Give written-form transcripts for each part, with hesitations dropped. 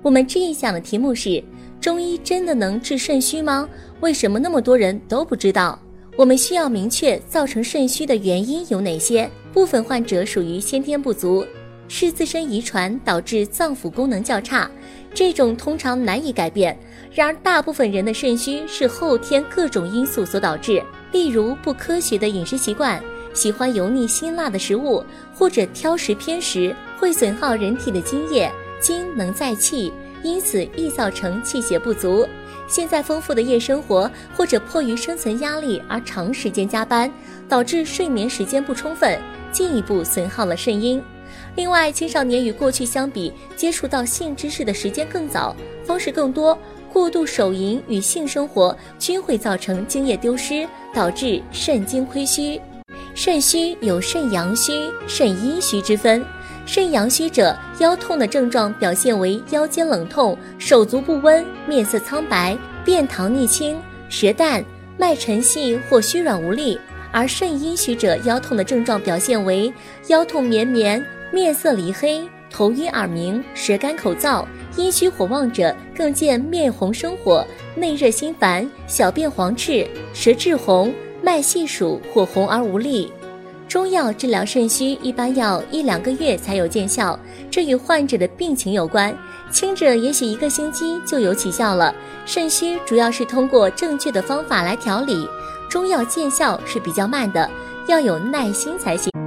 我们这一讲的题目是：中医真的能治肾虚吗？为什么那么多人都不知道？我们需要明确造成肾虚的原因有哪些。部分患者属于先天不足，是自身遗传导致脏腑功能较差，这种通常难以改变。然而大部分人的肾虚是后天各种因素所导致，例如不科学的饮食习惯，喜欢油腻辛辣的食物，或者挑食偏食，会损耗人体的津液，精能载气，因此易造成气血不足。现在丰富的夜生活，或者迫于生存压力而长时间加班，导致睡眠时间不充分，进一步损耗了肾阴。另外，青少年与过去相比，接触到性知识的时间更早，方式更多，过度手淫与性生活均会造成精液丢失，导致肾精亏虚。肾虚有肾阳虚、肾阴虚之分。肾阳虚者，腰痛的症状表现为腰间冷痛、手足不温、面色苍白、便溏腻清、舌淡、脉沉细或虚软无力；而肾阴虚者，腰痛的症状表现为腰痛绵绵、面色黧黑、头晕耳鸣、舌干口燥。阴虚火旺者更见面红生火、内热心烦、小便黄赤、舌质红、脉细数或红而无力。中药治疗肾虚一般要1-2个月才有见效，这与患者的病情有关，轻者也许1个星期就有起效了。肾虚主要是通过正确的方法来调理，中药见效是比较慢的，要有耐心才行。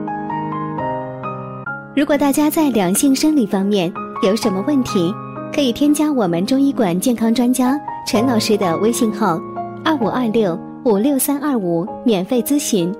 如果大家在两性生理方面有什么问题，可以添加我们中医馆健康专家陈老师的微信号2526-56325免费咨询。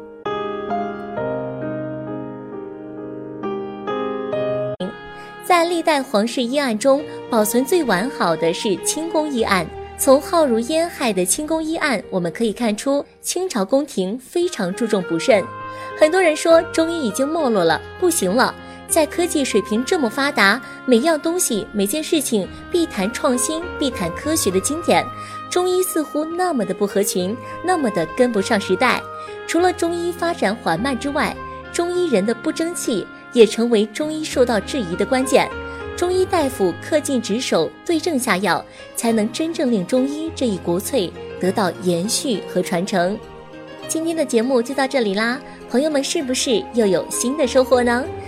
在历代皇室医案中，保存最完好的是清宫医案。从浩如烟害的清宫医案，我们可以看出清朝宫廷非常注重补肾。很多人说中医已经没落了，不行了。在科技水平这么发达，每样东西每件事情必谈创新，必谈科学的经典，中医似乎那么的不合群，那么的跟不上时代。除了中医发展缓慢之外，中医人的不争气也成为中医受到质疑的关键。中医大夫恪尽职守，对症下药，才能真正令中医这一国粹得到延续和传承。今天的节目就到这里啦，朋友们是不是又有新的收获呢？